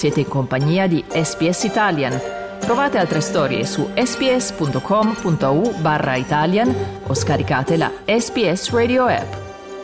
Siete in compagnia di SPS Italian. Trovate altre storie su sps.com.au/Italian o scaricate la SPS Radio app.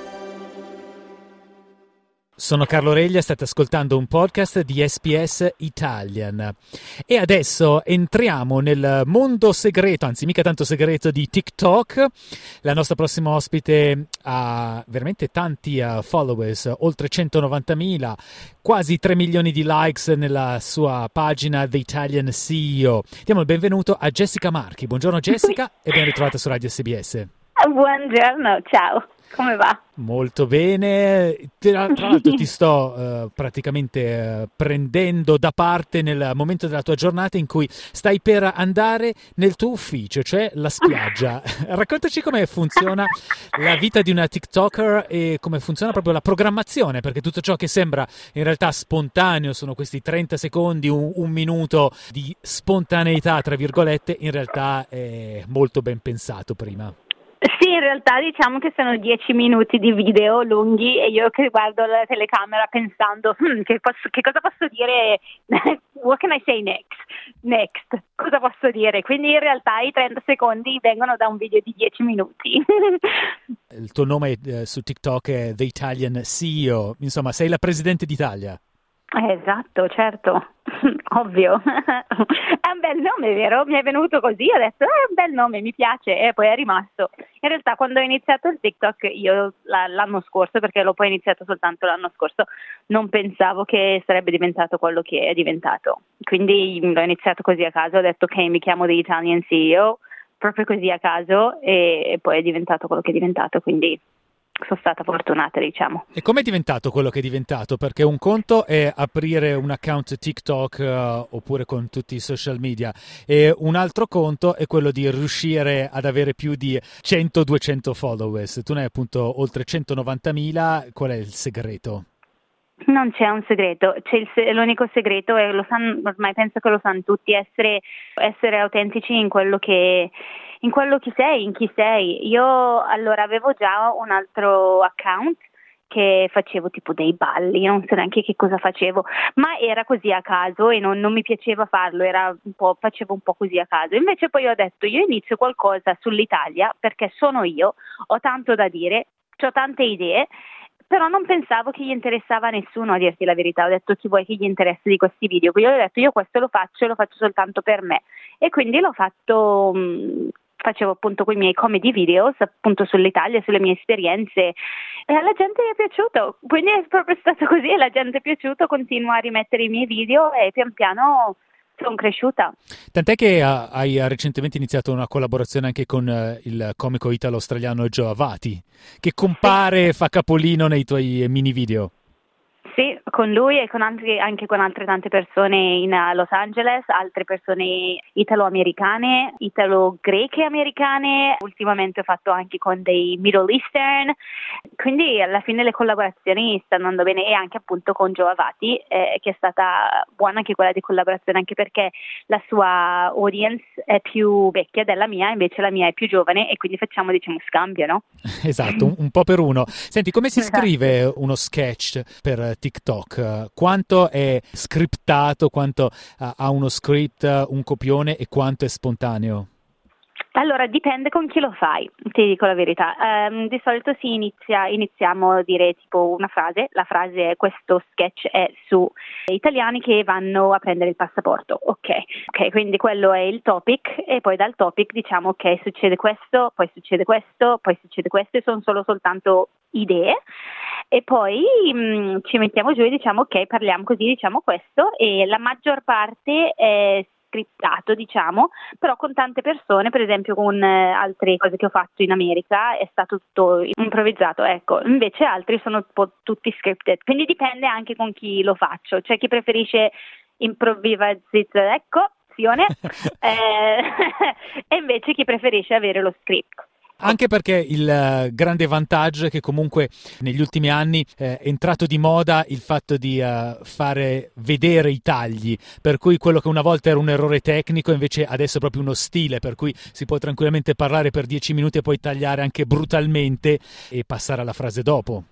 Sono Carlo Reglia, state ascoltando un podcast di SPS Italian e adesso entriamo nel mondo segreto, anzi mica tanto segreto, di TikTok. La nostra prossima ospite ha veramente tanti followers, oltre 190.000, quasi 3 milioni di likes nella sua pagina The Italian CEO. Diamo il benvenuto a Jessica Marchi. Buongiorno Jessica e ben ritrovata su Radio SBS. Buongiorno, ciao. Come va? Molto bene, tra l'altro ti sto praticamente prendendo da parte nel momento della tua giornata in cui stai per andare nel tuo ufficio, cioè la spiaggia. Raccontaci come funziona la vita di una TikToker e come funziona proprio la programmazione, perché tutto ciò che sembra in realtà spontaneo sono questi 30 secondi, un minuto di spontaneità, tra virgolette, in realtà è molto ben pensato prima. Sì, in realtà diciamo che sono 10 minuti di video lunghi e io che guardo la telecamera pensando che cosa posso dire, what can I say next, cosa posso dire, quindi in realtà i 30 secondi vengono da un video di 10 minuti. Il tuo nome su TikTok è The Italian CEO, insomma sei la presidente d'Italia. Esatto, certo, ovvio. È un bel nome, vero? Mi è venuto così, ho detto è un bel nome, mi piace e poi è rimasto. In realtà quando ho iniziato il TikTok io l'anno scorso, perché l'ho poi iniziato soltanto l'anno scorso, non pensavo che sarebbe diventato quello che è diventato. Quindi l'ho iniziato così a caso, ho detto ok, mi chiamo The Italian CEO, proprio così a caso e poi è diventato quello che è diventato, quindi sono stata fortunata, diciamo. E com'è diventato quello che è diventato? Perché un conto è aprire un account TikTok oppure con tutti i social media e un altro conto è quello di riuscire ad avere più di 100-200 followers. Tu ne hai appunto oltre 190.000, qual è il segreto? Non c'è un segreto, l'unico segreto è, lo sanno, ormai penso che lo sanno tutti, essere autentici in quello che sei, in chi sei. Io allora avevo già un altro account che facevo tipo dei balli, non so neanche che cosa facevo, ma era così a caso e non mi piaceva farlo, facevo un po' così a caso. Invece poi ho detto io inizio qualcosa sull'Italia perché sono io, ho tanto da dire, ho tante idee, però non pensavo che gli interessava a nessuno, a dirti la verità. Ho detto chi vuoi che gli interessi di questi video? Quindi ho detto io questo lo faccio soltanto per me e quindi l'ho fatto. Facevo appunto quei miei comedy videos appunto sull'Italia, sulle mie esperienze e alla gente gli è piaciuto, quindi è proprio stato così, alla gente è piaciuto, continuo a rimettere i miei video e pian piano sono cresciuta. Tant'è che hai recentemente iniziato una collaborazione anche con il comico italo-australiano Joe Avati, che compare e fa capolino nei tuoi mini video. Sì, con lui e anche con altre tante persone in Los Angeles, altre persone italo-americane, italo-greche americane, ultimamente ho fatto anche con dei Middle Eastern, quindi alla fine le collaborazioni stanno andando bene e anche appunto con Joe Avati, che è stata buona anche quella di collaborazione, anche perché la sua audience è più vecchia della mia, invece la mia è più giovane e quindi facciamo scambio, no? Esatto, un po' per uno. Senti, come si scrive uno sketch per TikTok? Quanto è scriptato, quanto ha uno script, un copione e quanto è spontaneo? Allora, dipende con chi lo fai, ti dico la verità. Di solito iniziamo a dire tipo una frase, la frase è questo sketch è su italiani che vanno a prendere il passaporto, ok, quindi quello è il topic e poi dal topic diciamo ok, succede questo, poi succede questo, poi succede questo e sono soltanto idee e poi ci mettiamo giù e diciamo ok, parliamo così, diciamo questo e la maggior parte è scriptato, diciamo, però con tante persone, per esempio con altre cose che ho fatto in America è stato tutto improvvisato, ecco, invece altri sono tutti scripted, quindi dipende anche con chi lo faccio, c'è chi preferisce improvvisazione, ecco, e invece chi preferisce avere lo script. Anche perché il grande vantaggio è che comunque negli ultimi anni è entrato di moda il fatto di fare vedere i tagli, per cui quello che una volta era un errore tecnico invece adesso è proprio uno stile, per cui si può tranquillamente parlare per 10 minuti e poi tagliare anche brutalmente e passare alla frase dopo.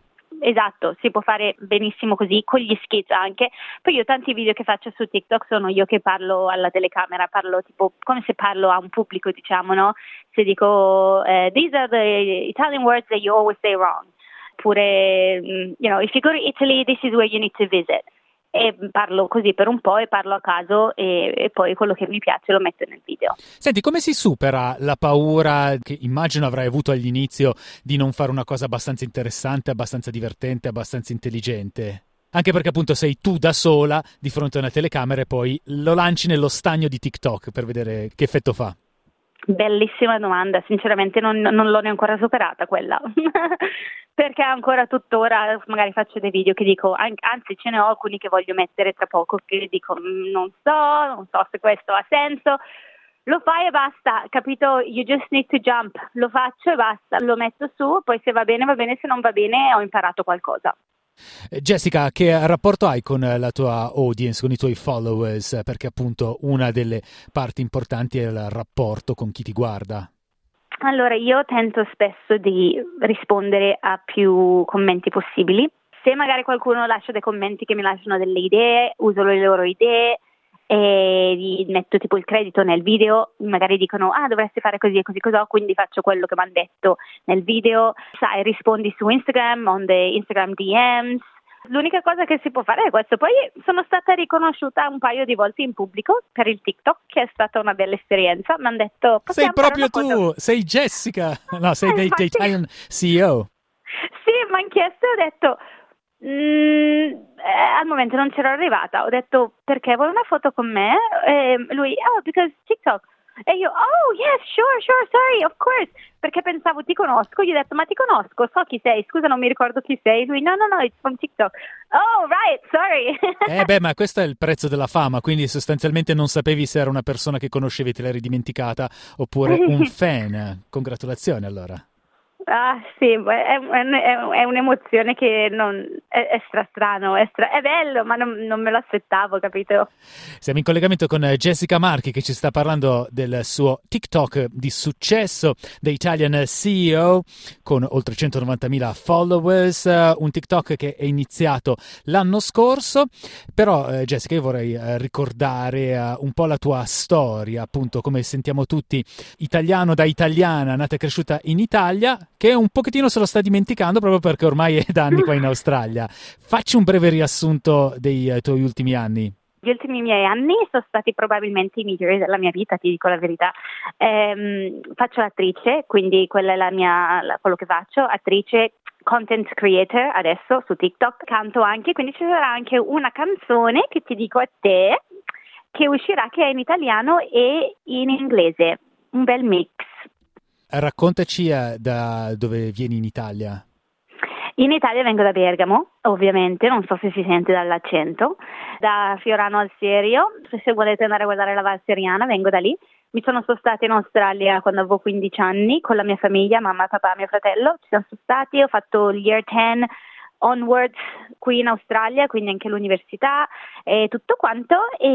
esatto, si può fare benissimo così, con gli skits anche. Poi io tanti video che faccio su TikTok sono io che parlo alla telecamera, parlo tipo come se parlo a un pubblico, diciamo, no? Se dico these are the Italian words that you always say wrong. Oppure, if you go to Italy, this is where you need to visit. E parlo così per un po' e parlo a caso e poi quello che mi piace lo metto nel video. Senti, come si supera la paura che immagino avrai avuto all'inizio di non fare una cosa abbastanza interessante, abbastanza divertente, abbastanza intelligente? Anche perché appunto sei tu da sola di fronte a una telecamera e poi lo lanci nello stagno di TikTok per vedere che effetto fa. Bellissima domanda, sinceramente non l'ho neanche ancora superata quella, perché ancora tuttora magari faccio dei video che dico, anzi ce ne ho alcuni che voglio mettere tra poco, che dico non so se questo ha senso, lo fai e basta, capito? You just need to jump, lo faccio e basta, lo metto su, poi se va bene, se non va bene ho imparato qualcosa. Jessica, che rapporto hai con la tua audience, con i tuoi followers? Perché appunto una delle parti importanti è il rapporto con chi ti guarda. Allora, io tento spesso di rispondere a più commenti possibili. Se magari qualcuno lascia dei commenti che mi lasciano delle idee, uso le loro idee e gli metto tipo il credito nel video, magari dicono dovresti fare così e così così, quindi faccio quello che mi hanno detto nel video, sai, rispondi su Instagram, on the Instagram DMs. L'unica cosa che si può fare è questo. Poi sono stata riconosciuta un paio di volte in pubblico per il TikTok, che è stata una bella esperienza. Mi hanno detto sei proprio tu, sei Jessica, no, sei dei Italian CEO. Sì, mi hanno chiesto e ho detto al momento non c'ero arrivata, ho detto perché vuoi una foto con me? E lui because TikTok. E io yes, sure, sorry, of course, perché pensavo ti conosco, gli ho detto ma ti conosco, so chi sei, scusa non mi ricordo chi sei. Lui no, it's from TikTok. Oh right, sorry. Ma questo è il prezzo della fama, quindi sostanzialmente non sapevi se era una persona che conoscevi e te l'eri dimenticata oppure un fan. Congratulazioni allora. Sì, è un'emozione che è strano, è bello, ma non me lo aspettavo, capito? Siamo in collegamento con Jessica Marchi che ci sta parlando del suo TikTok di successo, The Italian CEO, con oltre 190.000 followers, un TikTok che è iniziato l'anno scorso, però Jessica io vorrei ricordare un po' la tua storia, appunto come sentiamo tutti, italiano da italiana, nata e cresciuta in Italia, che un pochettino se lo sta dimenticando proprio perché ormai è da anni qua in Australia. Facci un breve riassunto dei tuoi ultimi anni. Gli ultimi miei anni sono stati probabilmente i migliori della mia vita, ti dico la verità. Faccio l'attrice, quindi quella è quello che faccio, attrice, content creator adesso su TikTok, canto anche, quindi ci sarà anche una canzone che ti dico a te, che uscirà, che è in italiano e in inglese, un bel mix. Raccontaci da dove vieni in Italia. In Italia vengo da Bergamo, ovviamente, non so se si sente dall'accento, da Fiorano al Serio, se volete andare a guardare la Val Seriana vengo da lì. Mi sono spostata in Australia quando avevo 15 anni con la mia famiglia, mamma, papà, mio fratello, ci siamo spostati, ho fatto il Year 10 onwards qui in Australia, quindi anche l'università e tutto quanto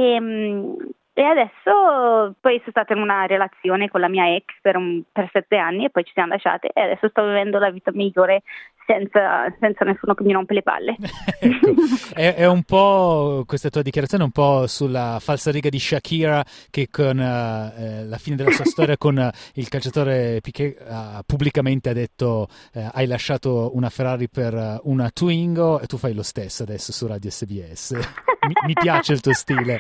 e adesso poi sono stata in una relazione con la mia ex per 7 anni e poi ci siamo lasciate e adesso sto vivendo la vita migliore senza nessuno che mi rompe le palle. Ecco, è un po' questa tua dichiarazione è un po' sulla falsariga di Shakira che con la fine della sua storia con il calciatore Piqué pubblicamente ha detto hai lasciato una Ferrari per una Twingo e tu fai lo stesso adesso su Radio SBS. Mi piace il tuo stile.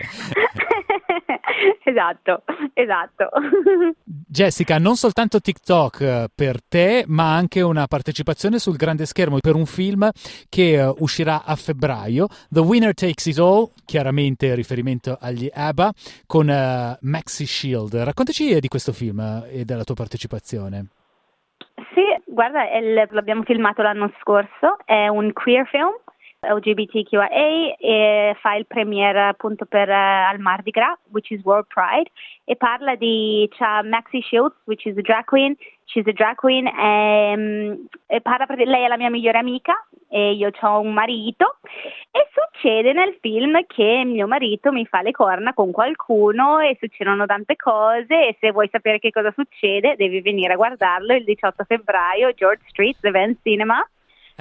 Esatto. Jessica, non soltanto TikTok per te, ma anche una partecipazione sul grande schermo per un film che uscirà a febbraio, The Winner Takes It All, chiaramente riferimento agli ABBA, con Maxi Shield. Raccontaci di questo film e della tua partecipazione. Sì, guarda, l'abbiamo filmato l'anno scorso, è un queer film. LGBTQIA e fa il premiere appunto per al Mardi Gras, which is World Pride, e parla c'ha Maxi Shields, which is a drag queen, she's a drag queen e parla lei è la mia migliore amica e io ho un marito e succede nel film che mio marito mi fa le corna con qualcuno e succedono tante cose e se vuoi sapere che cosa succede devi venire a guardarlo il 18 febbraio, George Street, The Van Cinema.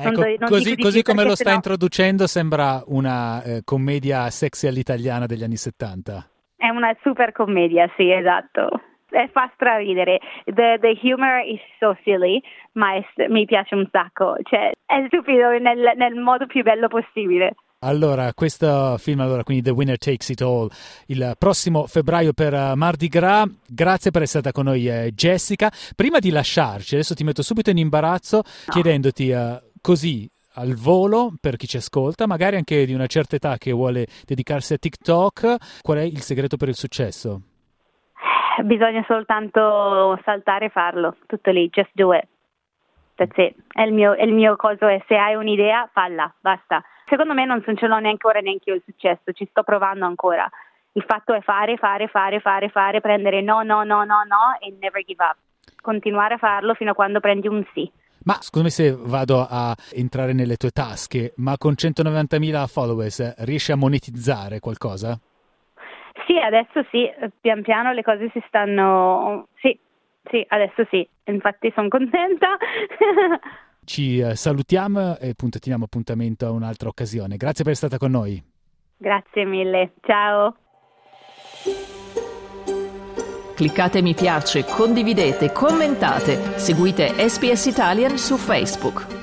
Ecco, così come lo sta introducendo sembra una commedia sexy all'italiana degli anni 70. È una super commedia, sì, esatto. Fa straridere. The humor is so silly, ma mi piace un sacco. Cioè, è stupido nel modo più bello possibile. Allora, questo film, quindi The Winner Takes It All, il prossimo febbraio per Mardi Gras. Grazie per essere stata con noi, Jessica. Prima di lasciarci, adesso ti metto subito in imbarazzo chiedendoti così al volo, per chi ci ascolta, magari anche di una certa età che vuole dedicarsi a TikTok, qual è il segreto per il successo? Bisogna soltanto saltare e farlo, tutto lì, just do it. That's it. Il mio coso è: se hai un'idea, falla, basta. Secondo me non ce l'ho neanche io il successo, ci sto provando ancora. Il fatto è fare, prendere no e never give up. Continuare a farlo fino a quando prendi un sì. Ma scusami se vado a entrare nelle tue tasche, ma con 190.000 followers riesci a monetizzare qualcosa? Sì, adesso sì, pian piano le cose si stanno... Sì, adesso sì, infatti sono contenta. Ci salutiamo e teniamo appuntamento a un'altra occasione. Grazie per essere stata con noi. Grazie mille, ciao. Cliccate mi piace, condividete, commentate, seguite SPS Italian su Facebook.